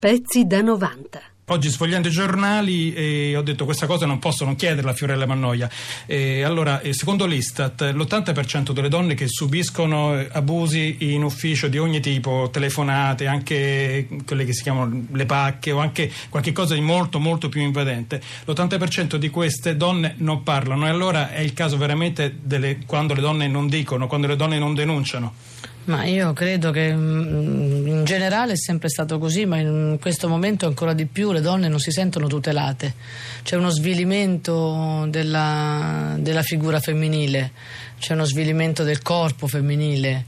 Pezzi da 90. Oggi sfogliando i giornali ho detto questa cosa non posso non chiederla a Fiorella Mannoia. Allora, secondo l'Istat, l'80% delle donne che subiscono abusi in ufficio di ogni tipo, telefonate, anche quelle che si chiamano le pacche o anche qualche cosa di molto molto più invadente, l'80% di queste donne non parlano. E allora è il caso veramente quando le donne non dicono, quando le donne non denunciano? Ma io credo che in generale è sempre stato così, ma in questo momento ancora di più le donne non si sentono tutelate. C'è uno svilimento della figura femminile, c'è uno svilimento del corpo femminile.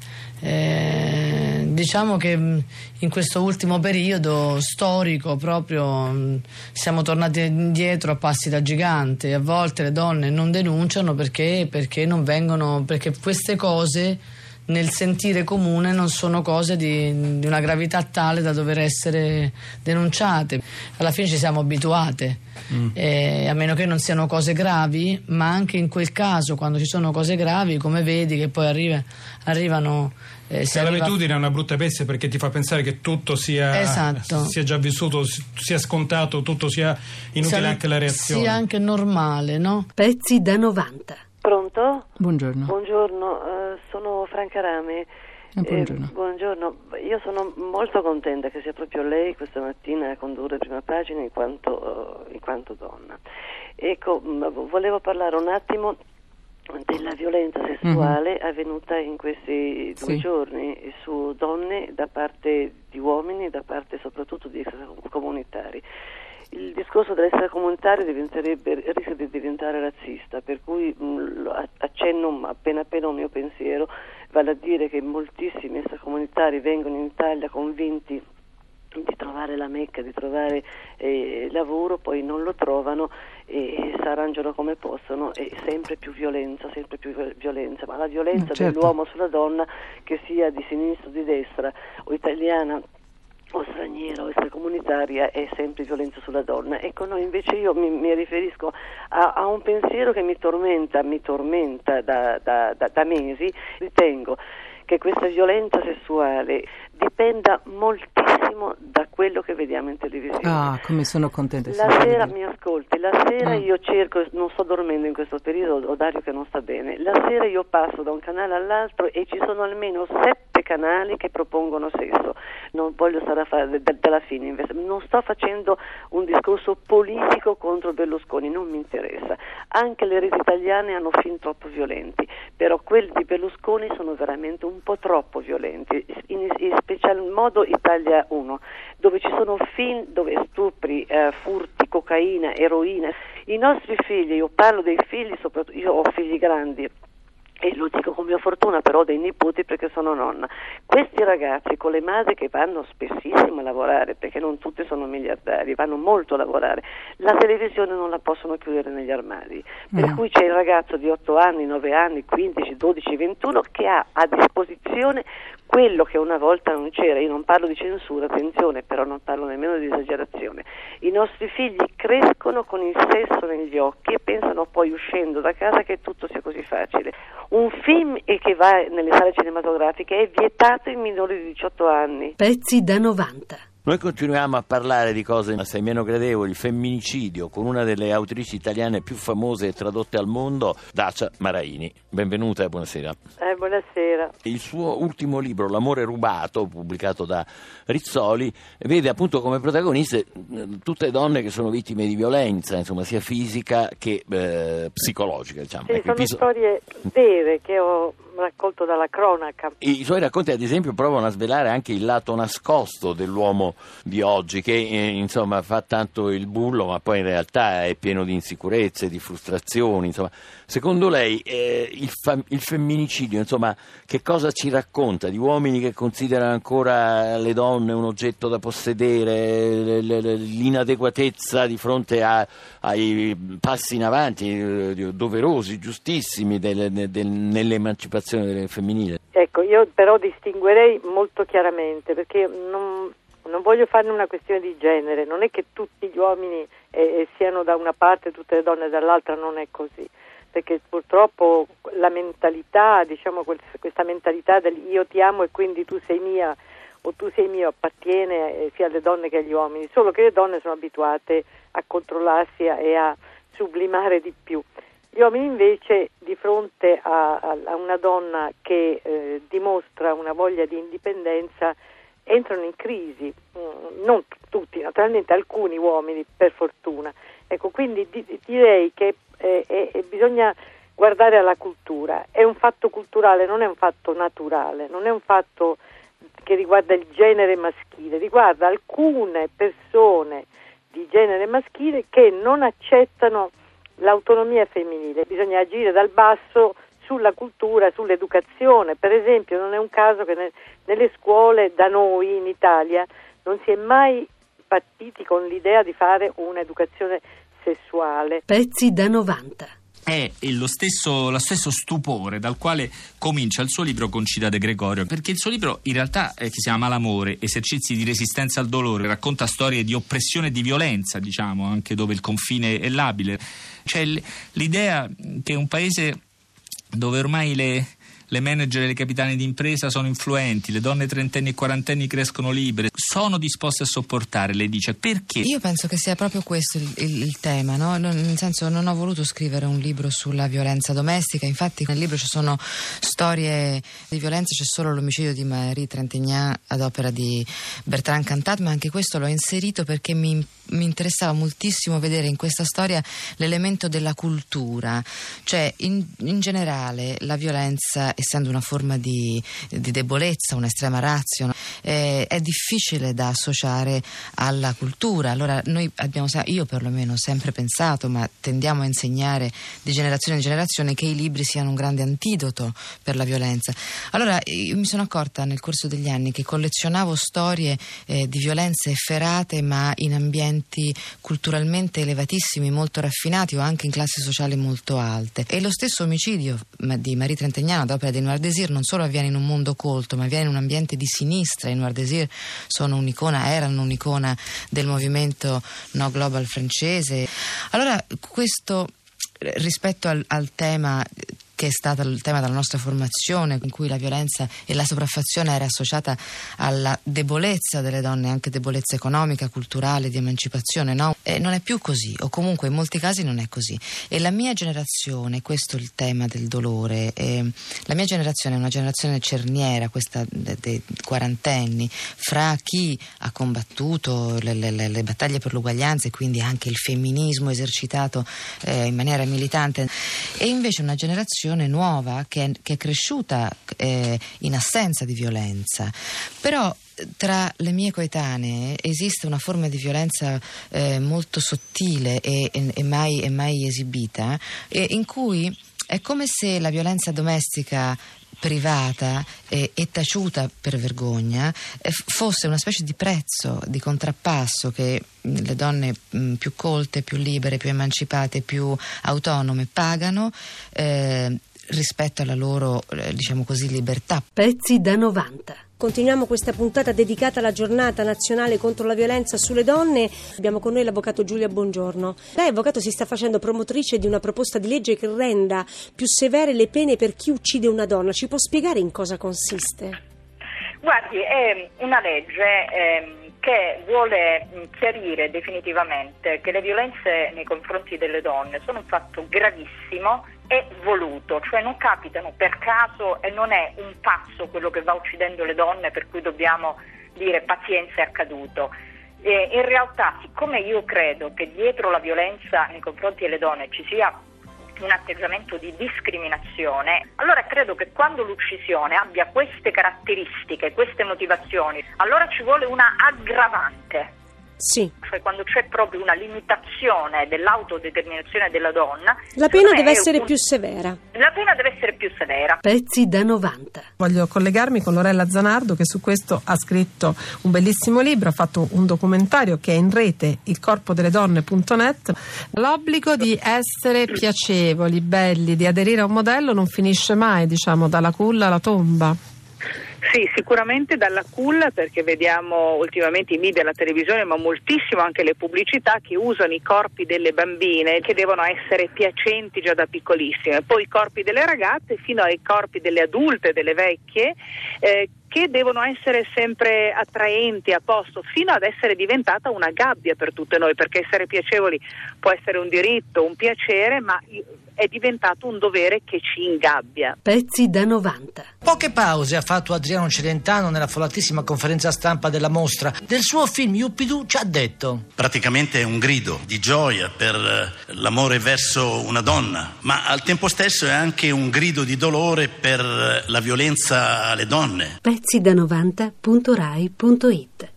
Diciamo che in questo ultimo periodo storico proprio siamo tornati indietro a passi da gigante. A volte le donne non denunciano perché non vengono, perché queste cose nel sentire comune non sono cose di una gravità tale da dover essere denunciate. Alla fine ci siamo abituate, a meno che non siano cose gravi, ma anche in quel caso, quando ci sono cose gravi, come vedi che poi arrivano l'abitudine è una brutta peste, perché ti fa pensare che tutto sia, esatto, sia già vissuto, sia scontato, tutto sia inutile, anche la reazione sia anche normale, no? Pezzi da 90. Pronto? Buongiorno. Buongiorno, sono Franca Rame. Buongiorno. Buongiorno, io sono molto contenta che sia proprio lei questa mattina a condurre Prima Pagina in quanto donna. Ecco, volevo parlare un attimo della violenza sessuale avvenuta in questi 2 giorni su donne da parte di uomini, da parte soprattutto di extracomunitari. Il discorso dell'extracomunitario rischia di diventare razzista, per cui accenno appena un mio pensiero, vale a dire che moltissimi extracomunitari vengono in Italia convinti di trovare la Mecca, di trovare lavoro, poi non lo trovano e si arrangiano come possono, e sempre più violenza, ma la violenza dell'uomo sulla donna, che sia di sinistra o di destra o italiana o straniera o extracomunitaria, è sempre violenza sulla donna. Ecco, no, invece io mi riferisco a un pensiero che mi tormenta da mesi. Ritengo che questa violenza sessuale dipenda moltissimo da quello che vediamo in televisione. Ah, come sono contenta. La sera, mi ascolti, la sera io cerco, non sto dormendo in questo periodo, ho Dario che non sta bene, la sera io passo da un canale all'altro e ci sono almeno 7 canali che propongono sesso. Non voglio stare a fare dalla fine, invece non sto facendo un discorso politico contro Berlusconi, non mi interessa. Anche le reti italiane hanno film troppo violenti, però quelli di Berlusconi sono veramente un po' troppo violenti, in special modo Italia 1, dove ci sono film dove stupri, furti, cocaina, eroina. I nostri figli, io parlo dei figli, soprattutto io ho figli grandi e lo dico con mia fortuna, però dei nipoti perché sono nonna. Questi ragazzi con le madri che vanno spessissimo a lavorare, perché non tutti sono miliardari, vanno molto a lavorare, la televisione non la possono chiudere negli armadi, per cui c'è il ragazzo di 8 anni, 9 anni, 15, 12, 21 che ha a disposizione quello che una volta non c'era. Io non parlo di censura, attenzione, però non parlo nemmeno di esagerazione. I nostri figli crescono con il sesso negli occhi e pensano poi, uscendo da casa, che tutto sia così facile. Un film che va nelle sale cinematografiche è vietato ai minori di 18 anni. Pezzi da 90. Noi continuiamo a parlare di cose assai meno gradevoli, il femminicidio, con una delle autrici italiane più famose e tradotte al mondo, Dacia Maraini. Benvenuta e buonasera. Buonasera. Il suo ultimo libro, L'amore rubato, pubblicato da Rizzoli, vede appunto come protagoniste tutte donne che sono vittime di violenza, insomma, sia fisica che psicologica, diciamo. Sì, sono storie vere che ho raccolto dalla cronaca. I suoi racconti, ad esempio, provano a svelare anche il lato nascosto dell'uomo di oggi, che insomma fa tanto il bullo, ma poi in realtà è pieno di insicurezze, di frustrazioni. Insomma, secondo lei il femminicidio, insomma, che cosa ci racconta di uomini che considerano ancora le donne un oggetto da possedere, l'inadeguatezza di fronte ai passi in avanti doverosi, giustissimi nell'emancipazione femminile? Ecco, io però distinguerei molto chiaramente, perché non voglio farne una questione di genere. Non è che tutti gli uomini siano da una parte e tutte le donne dall'altra, non è così, perché purtroppo la mentalità, diciamo questa mentalità del io ti amo e quindi tu sei mia, o tu sei mio appartiene sia alle donne che agli uomini, solo che le donne sono abituate a controllarsi e a sublimare di più. Gli uomini invece, di fronte a una donna che dimostra una voglia di indipendenza, entrano in crisi, non tutti, naturalmente alcuni uomini, per fortuna. Ecco, quindi direi che bisogna guardare alla cultura. È un fatto culturale, non è un fatto naturale, non è un fatto che riguarda il genere maschile, riguarda alcune persone di genere maschile che non accettano l'autonomia femminile. Bisogna agire dal basso sulla cultura, sull'educazione. Per esempio, non è un caso che nelle scuole da noi in Italia non si è mai partiti con l'idea di fare un'educazione sessuale. Pezzi da 90. È lo stesso stupore dal quale comincia il suo libro Concita De Gregorio, perché il suo libro in realtà che si chiama Malamore, esercizi di resistenza al dolore, racconta storie di oppressione e di violenza, diciamo, anche dove il confine è labile. C'è l'idea che un paese dove ormai le manager e le capitane di impresa sono influenti, le donne trentenni e quarantenni crescono libere, sono disposte a sopportare, lei dice, perché? Io penso che sia proprio questo il tema, no? Nel senso, non ho voluto scrivere un libro sulla violenza domestica, infatti nel libro ci sono storie di violenza, c'è solo l'omicidio di Marie Trintignant ad opera di Bertrand Cantat, ma anche questo l'ho inserito perché mi interessava moltissimo vedere in questa storia l'elemento della cultura, cioè in generale la violenza, essendo una forma di debolezza, un'estrema ratio, è difficile da associare alla cultura. Allora noi io perlomeno ho sempre pensato, ma tendiamo a insegnare di generazione in generazione, che i libri siano un grande antidoto per la violenza. Allora io mi sono accorta nel corso degli anni che collezionavo storie di violenze efferate, ma in ambienti culturalmente elevatissimi, molto raffinati o anche in classi sociali molto alte. E lo stesso omicidio di Marie Trintignant ad opera di Noir-Désir non solo avviene in un mondo colto, ma avviene in un ambiente di sinistra. I Noir-Désir erano un'icona del movimento No Global francese. Allora questo, rispetto al tema che è stato il tema della nostra formazione, in cui la violenza e la sopraffazione era associata alla debolezza delle donne, anche debolezza economica, culturale, di emancipazione, no? Non è più così, o comunque in molti casi non è così. E la mia generazione, questo è il tema del dolore, la mia generazione è una generazione cerniera, questa dei quarantenni, fra chi ha combattuto le battaglie per l'uguaglianza e quindi anche il femminismo esercitato in maniera militante, e invece una generazione nuova che è cresciuta in assenza di violenza. Però tra le mie coetanee esiste una forma di violenza molto sottile e mai esibita, in cui è come se la violenza domestica privata e taciuta per vergogna fosse una specie di prezzo, di contrappasso che le donne più colte, più libere, più emancipate, più autonome pagano rispetto alla loro, diciamo così, libertà. Pezzi da 90. Continuiamo questa puntata dedicata alla giornata nazionale contro la violenza sulle donne. Abbiamo con noi l'avvocato Giulia Bongiorno. Lei, avvocato, si sta facendo promotrice di una proposta di legge che renda più severe le pene per chi uccide una donna. Ci può spiegare in cosa consiste? Guardi, è una legge che vuole chiarire definitivamente che le violenze nei confronti delle donne sono un fatto gravissimo e voluto, cioè non capitano per caso e non è un pazzo quello che va uccidendo le donne per cui dobbiamo dire pazienza, è accaduto. In realtà, siccome io credo che dietro la violenza nei confronti delle donne ci sia un atteggiamento di discriminazione, allora credo che quando l'uccisione abbia queste caratteristiche, queste motivazioni, allora ci vuole una aggravante. Sì. Cioè quando c'è proprio una limitazione dell'autodeterminazione della donna, la pena deve essere più severa. La pena deve essere più severa. Pezzi da 90. Voglio collegarmi con Lorella Zanardo, che su questo ha scritto un bellissimo libro, ha fatto un documentario che è in rete, ilcorpodelledonne.net. L'obbligo di essere piacevoli, belli, di aderire a un modello non finisce mai, diciamo, dalla culla alla tomba. Sì, sicuramente dalla culla, perché vediamo ultimamente i media, la televisione, ma moltissimo anche le pubblicità che usano i corpi delle bambine che devono essere piacenti già da piccolissime, poi i corpi delle ragazze fino ai corpi delle adulte, delle vecchie, perché devono essere sempre attraenti, a posto, fino ad essere diventata una gabbia per tutte noi, perché essere piacevoli può essere un diritto, un piacere, ma è diventato un dovere che ci ingabbia. Pezzi da 90. Poche pause ha fatto Adriano Celentano nella affollatissima conferenza stampa della mostra. Del suo film Yuppidù ci ha detto: praticamente è un grido di gioia per l'amore verso una donna, ma al tempo stesso è anche un grido di dolore per la violenza alle donne. Pezzi da 90.rai.it